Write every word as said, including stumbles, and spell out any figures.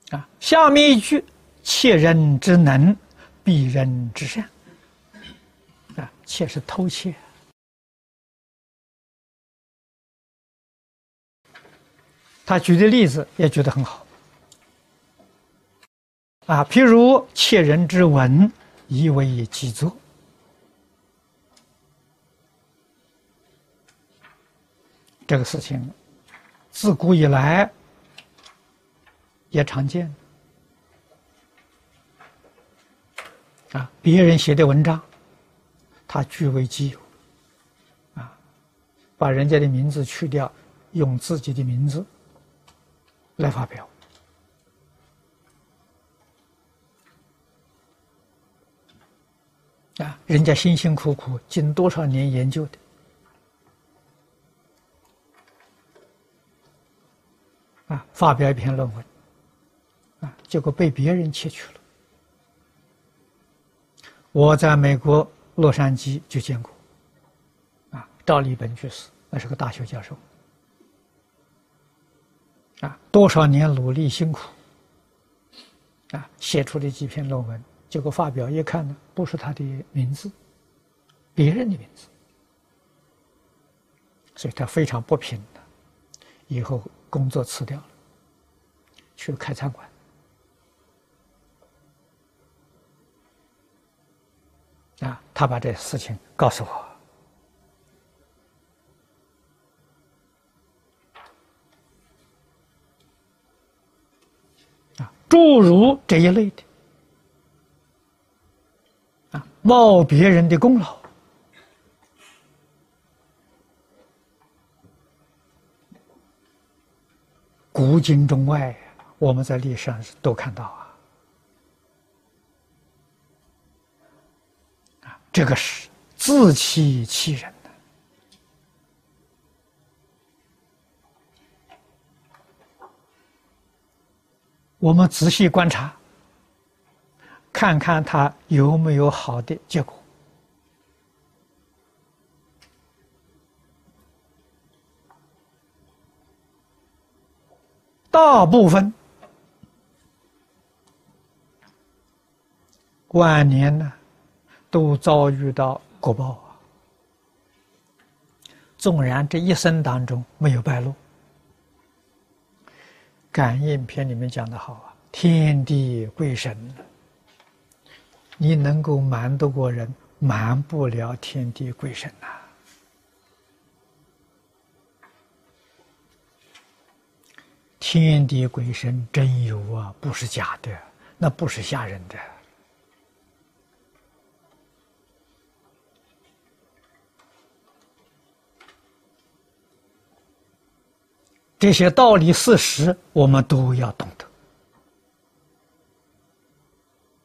啊，下面一句：窃人之能，避人之善。啊，窃是偷窃。他举的例子也举得很好。啊，譬如窃人之文，以为己作。这个事情，自古以来也常见。啊，别人写的文章，他据为己有。啊，把人家的名字去掉，用自己的名字来发表。啊，人家辛辛苦苦经多少年研究的，啊，发表一篇论文，啊，结果被别人窃取了。我在美国洛杉矶就见过，啊，赵立本居士，那是个大学教授，啊，多少年努力辛苦，啊，写出了几篇论文。结果发表一看呢，不是他的名字，别人的名字，所以他非常不平的，以后工作辞掉了，去开餐馆。啊，他把这事情告诉我。啊，诸如这一类的。啊，冒别人的功劳，古今中外，我们在历史上都看到啊。啊，这个是自欺欺人的。我们仔细观察。看看他有没有好的结果。大部分晚年呢，都遭遇到果报啊。纵然这一生当中没有败露，感应篇里面讲得好啊，天地鬼神。你能够瞒得过人，瞒不了天地鬼神呐、啊。天地鬼神真有啊，不是假的，那不是吓人的。这些道理事实，我们都要懂得。